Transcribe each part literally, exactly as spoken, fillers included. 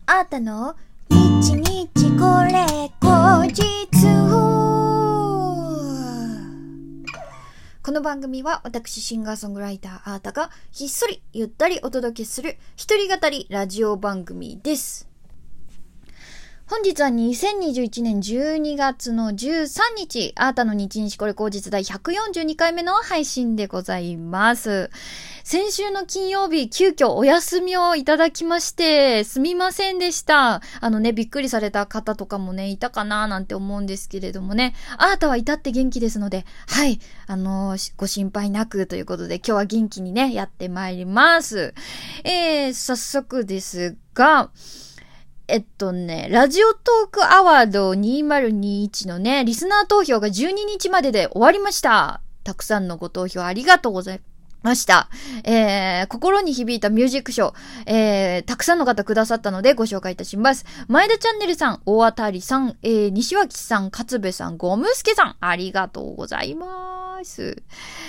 あーたの日日これ後日。この番組は私シンガーソングライターあーたがひっそりゆったりお届けする一人語りラジオ番組です。本日はにせんにじゅういちねんじゅうにがつのじゅうさんにち、あーたの日日これ後日第ひゃくよんじゅうにかいめの配信でございます。先週の金曜日、急遽お休みをいただきまして、すみませんでした。あのね、びっくりされた方とかもね、いたかななんて思うんですけれどもね、あーたは至って元気ですので、はい、あのー、ご心配なくということで、今日は元気にね、やってまいります。えー、早速ですが、えっとね、ラジオトークアワードにせんにじゅういちのね、リスナー投票がじゅうににちまでで終わりました。たくさんのご投票ありがとうございました。えー、心に響いたミュージックショー、えー、たくさんの方くださったのでご紹介いたします。前田チャンネルさん、大当たりさん、えー、西脇さん、勝部さん、ゴムスケさん、ありがとうございます。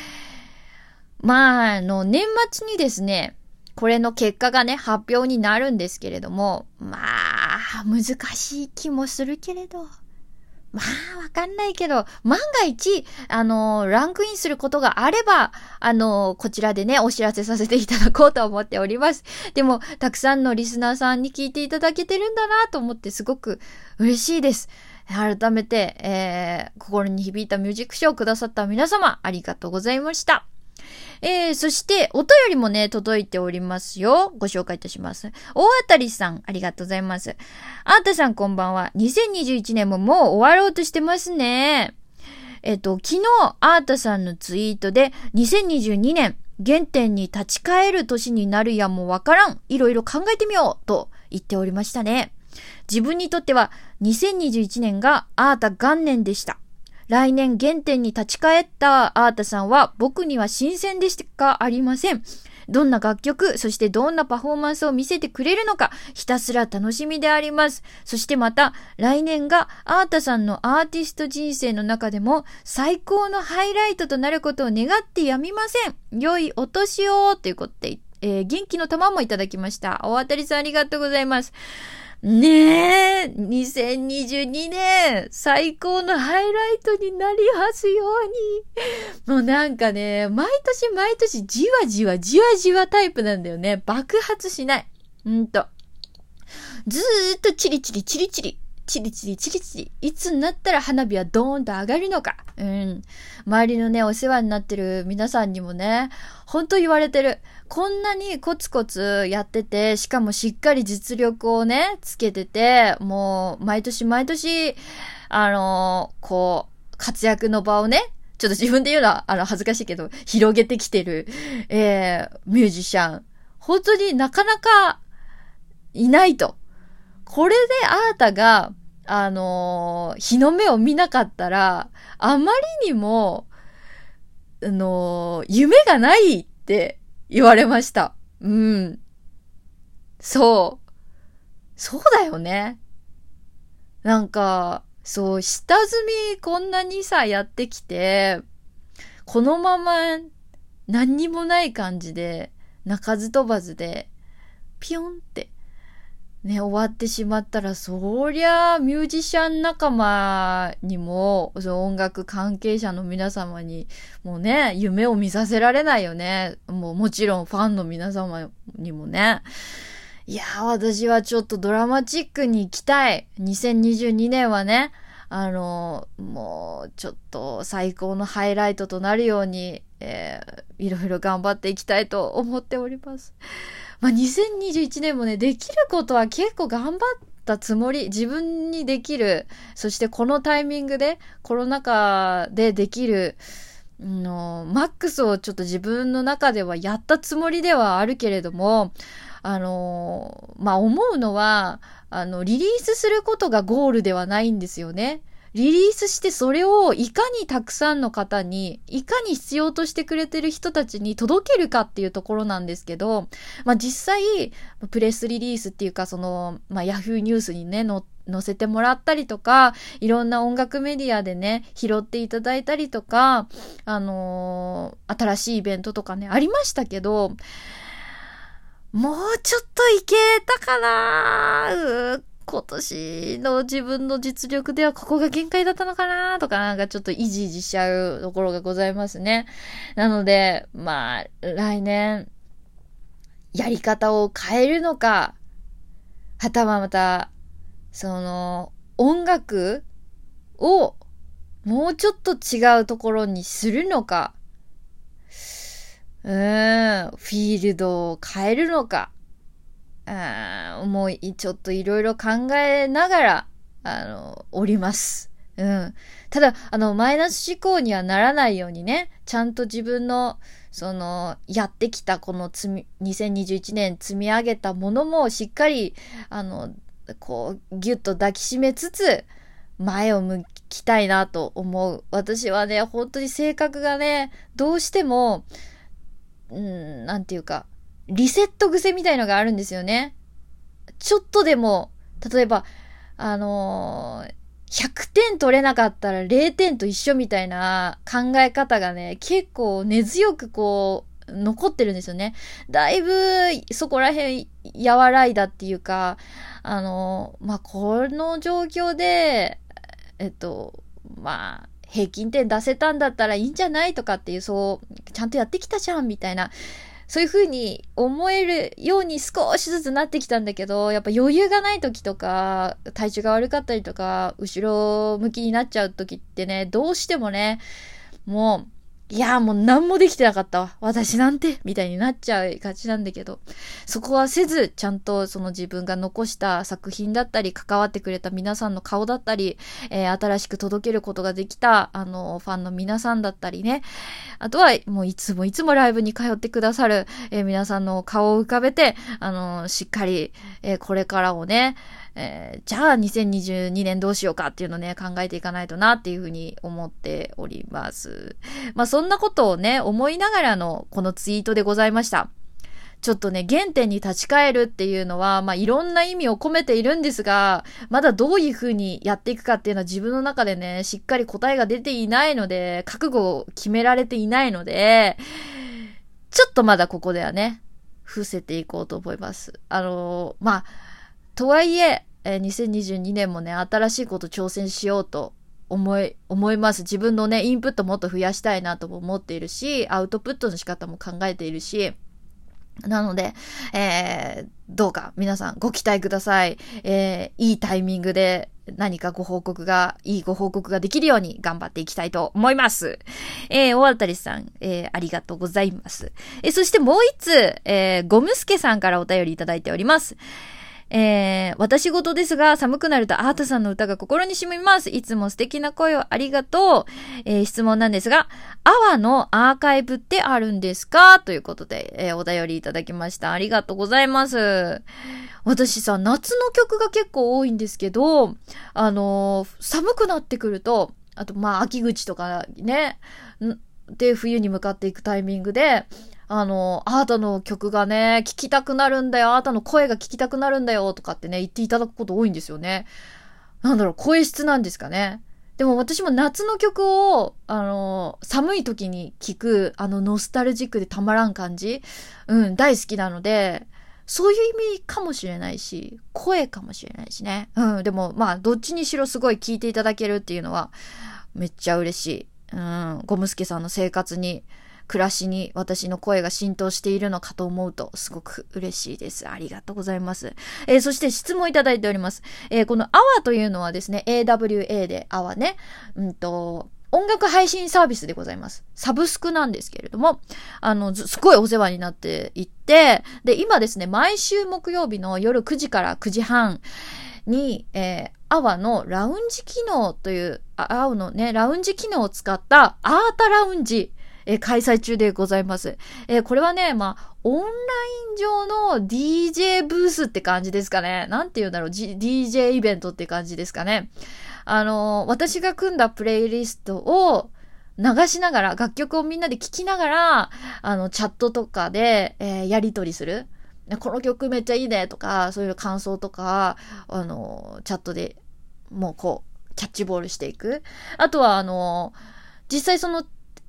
まあ、あの、年末にですね、これの結果がね、発表になるんですけれども、まあ、難しい気もするけれど、まあ、わかんないけど、万が一、あの、ランクインすることがあれば、あの、こちらでね、お知らせさせていただこうと思っております。でも、たくさんのリスナーさんに聞いていただけてるんだなと思ってすごく嬉しいです。改めて、えー、心に響いたミュージックショーをくださった皆様、ありがとうございました。えー、そして、お便りもね、届いておりますよ。ご紹介いたします。大当たりさん、ありがとうございます。あーたさん、こんばんは。にせんにじゅういちねんももう終わろうとしてますね。えっと、昨日、あーたさんのツイートで、にせんにじゅうにねん、原点に立ち返る年になるやもわからん。いろいろ考えてみよう、と言っておりましたね。自分にとっては、にせんにじゅういちねんがあーた元年でした。来年原点に立ち返ったあーたさんは僕には新鮮でしかありません。どんな楽曲、そしてどんなパフォーマンスを見せてくれるのか、ひたすら楽しみであります。そしてまた、来年があーたさんのアーティスト人生の中でも最高のハイライトとなることを願ってやみません。良いお年をということで、えー、元気の玉もいただきました。大当たりさんありがとうございます。ねえ、にせんにじゅうにねん、最高のハイライトになりますように。もうなんかね、毎年毎年じわじわじわじわタイプなんだよね。爆発しない。うんと。ずーっとチリチリチリチリ。チリチリチリチリ。いつになったら花火はドーンと上がるのか。うん。周りのね、お世話になってる皆さんにもね、ほんと言われてる。こんなにコツコツやってて、しかもしっかり実力をね、つけてて、もう、毎年毎年、あのー、こう、活躍の場をね、ちょっと自分で言うのは、あの、恥ずかしいけど、広げてきてる、えー、ミュージシャン。本当になかなか、いないと。これであーたが、あのー、日の目を見なかったら、あまりにも、あのー、夢がないって言われました。うん。そう。そうだよね。なんか、そう、下積みこんなにさ、やってきて、このまま何にもない感じで、鳴かず飛ばずで、ピヨンって、ね、終わってしまったら、そりゃ、ミュージシャン仲間にも、その音楽関係者の皆様に、もうね、夢を見させられないよね。もうもちろんファンの皆様にもね。いやー、私はちょっとドラマチックに行きたい。にせんにじゅうにねんはね、あの、もう、ちょっと最高のハイライトとなるように、えー、いろいろ頑張っていきたいと思っております。まあ、にせんにじゅういちねんもね、できることは結構頑張ったつもり、自分にできる、そしてこのタイミングで、コロナ禍でできる、のマックスをちょっと自分の中ではやったつもりではあるけれども、あの、まあ、思うのは、あの、リリースすることがゴールではないんですよね。リリースしてそれをいかにたくさんの方に、いかに必要としてくれてる人たちに届けるかっていうところなんですけど、まあ、実際、プレスリリースっていうか、その、まあ、ヤフーニュースにね、載せてもらったりとか、いろんな音楽メディアでね、拾っていただいたりとか、あのー、新しいイベントとかね、ありましたけど、 もうちょっといけたかな、うー今年の自分の実力ではここが限界だったのかなとか、なんかちょっとイジイジしちゃうところがございますね。なので、まあ、来年、やり方を変えるのか、はたまた、その、音楽をもうちょっと違うところにするのか、うーん、フィールドを変えるのか、あもうちょっといろいろ考えながら、あの、おります。うん。ただ、あの、マイナス思考にはならないようにね、ちゃんと自分の、その、やってきたこの積み、にせんにじゅういちねん積み上げたものもしっかり、あの、こう、ぎゅっと抱きしめつつ、前を向きたいなと思う。私はね、本当に性格がね、どうしても、うん、なんていうか、リセット癖みたいのがあるんですよね。ちょっとでも、例えば、あのー、ひゃくてん取れなかったられいてんと一緒みたいな考え方がね、結構根強くこう、残ってるんですよね。だいぶ、そこら辺、和らいだっていうか、あのー、まあ、この状況で、えっと、まあ、平均点出せたんだったらいいんじゃないとかっていう、そう、ちゃんとやってきたじゃんみたいな、そういう風に思えるように少しずつなってきたんだけど、やっぱ余裕がない時とか、体調が悪かったりとか、後ろ向きになっちゃう時ってね、どうしてもね、もう、いやもう何もできてなかったわ。私なんてみたいになっちゃいがちなんだけど、そこはせず、ちゃんとその自分が残した作品だったり、関わってくれた皆さんの顔だったり、えー、新しく届けることができた、あの、ファンの皆さんだったりね。あとは、もういつもいつもライブに通ってくださる、えー、皆さんの顔を浮かべて、あの、しっかり、えー、これからをね、えー、じゃあにせんにじゅうにねんどうしようかっていうのをね、考えていかないとなっていうふうに思っております。まあそんなことをね、思いながらのこのツイートでございました。ちょっとね、原点に立ち返るっていうのは、まあいろんな意味を込めているんですが、まだどういうふうにやっていくかっていうのは自分の中でね、しっかり答えが出ていないので、覚悟を決められていないので、ちょっとまだここではね、伏せていこうと思います。あのー、まあ、とはいえ、えー、にせんにじゅうにねんもね、新しいこと挑戦しようと思い、思います。自分のね、インプットもっと増やしたいなとも思っているし、アウトプットの仕方も考えているし、なので、えー、どうか皆さんご期待ください。えー、いいタイミングで何かご報告が、いいご報告ができるように頑張っていきたいと思います。えー、大当たりさん、えー、ありがとうございます。えー、そしてもう一つ、えー、ゴムスケさんからお便りいただいております。えー、私事ですが、寒くなるとアートさんの歌が心に染みます。いつも素敵な声をありがとう。えー、質問なんですが、アワのアーカイブってあるんですかということで、えー、お便りいただきました。ありがとうございます。私さ、夏の曲が結構多いんですけど、あのー、寒くなってくると、あと、まあ、秋口とかね、で、冬に向かっていくタイミングで、あの、あーたの曲がね、聴きたくなるんだよ、あーたの声が聞きたくなるんだよ、とかってね、言っていただくこと多いんですよね。なんだろう、声質なんですかね。でも私も夏の曲を、あの、寒い時に聴く、あの、ノスタルジックでたまらん感じ、うん、大好きなので、そういう意味かもしれないし、声かもしれないしね。うん、でも、まあ、どっちにしろすごい聴いていただけるっていうのは、めっちゃ嬉しい。うん、ゴムスケさんの生活に、暮らしに私の声が浸透しているのかと思うとすごく嬉しいです。ありがとうございます。えー、そして質問いただいております。えー、このアワというのはですね、エーダブリューエー でアワね、うんと、音楽配信サービスでございます。サブスクなんですけれども、あの、すごいお世話になっていって、で、今ですね、毎週木曜日の夜くじからくじはんに、えー、アワのラウンジ機能という、アワのね、ラウンジ機能を使ったアータラウンジ、えー、開催中でございます。えー、これはね、まあ、オンライン上の ディージェー ブースって感じですかね。なんて言うんだろう、G、ディージェー イベントって感じですかね。あのー、私が組んだプレイリストを流しながら、楽曲をみんなで聴きながら、あの、チャットとかで、えー、やり取りする。この曲めっちゃいいねとか、そういう感想とか、あのー、チャットでもうこう、キャッチボールしていく。あとは、あのー、実際その、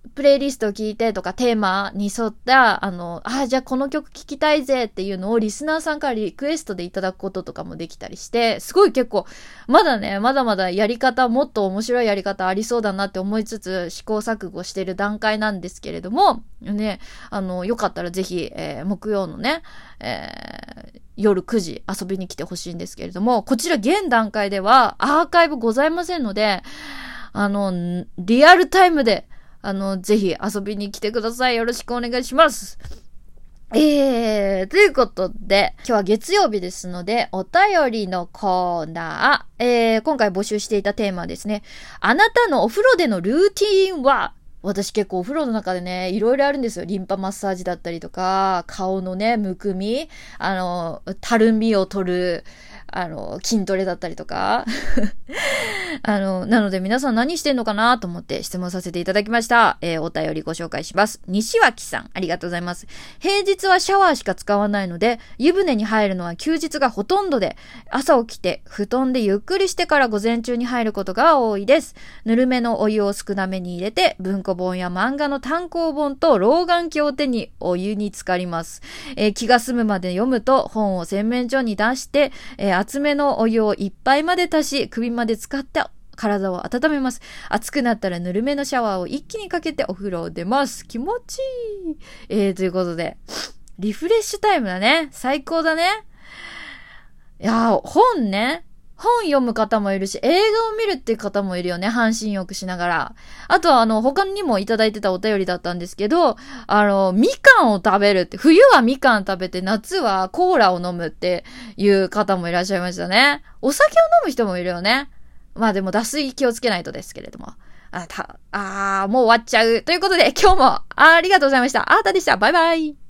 プレイリストを聞いてとかテーマに沿った、あの、あ、じゃあこの曲聴きたいぜっていうのをリスナーさんからリクエストでいただくこととかもできたりして、すごい結構、まだね、まだまだやり方、もっと面白いやり方ありそうだなって思いつつ、試行錯誤してる段階なんですけれども、ね、あの、よかったらぜひ、えー、木曜のね、えー、夜くじ遊びに来てほしいんですけれども、こちら現段階ではアーカイブございませんので、あの、リアルタイムで、あの、ぜひ遊びに来てください。よろしくお願いします。えー、ということで、今日は月曜日ですので、お便りのコーナー、えー、今回募集していたテーマはですね、あなたのお風呂でのルーティーンは、私結構お風呂の中でね、いろいろあるんですよ。リンパマッサージだったりとか、顔のね、むくみ、あの、たるみを取る、あの、筋トレだったりとか。あの、なので皆さん何してんのかなと思って質問させていただきました。えー、お便りご紹介します。西脇さん、ありがとうございます。平日はシャワーしか使わないので、湯船に入るのは休日がほとんどで、朝起きて布団でゆっくりしてから午前中に入ることが多いです。ぬるめのお湯を少なめに入れて、文庫本や漫画の単行本と老眼鏡を手にお湯に浸かります。えー、気が済むまで読むと本を洗面所に出して、えー、厚めのお湯を一杯まで足し、首まで使って体を温めます。熱くなったらぬるめのシャワーを一気にかけてお風呂を出ます。気持ちいい。えー、ということで、リフレッシュタイムだね。最高だね。いやー、本ね。本読む方もいるし、映画を見るっていう方もいるよね。半身浴しながら。あとは、あの、他にもいただいてたお便りだったんですけど、あの、みかんを食べるって、冬はみかん食べて、夏はコーラを飲むっていう方もいらっしゃいましたね。お酒を飲む人もいるよね。まあでも脱水気をつけないとですけれども。あ、た、あー、もう終わっちゃう。ということで、今日もありがとうございました。あーたでした。バイバイ。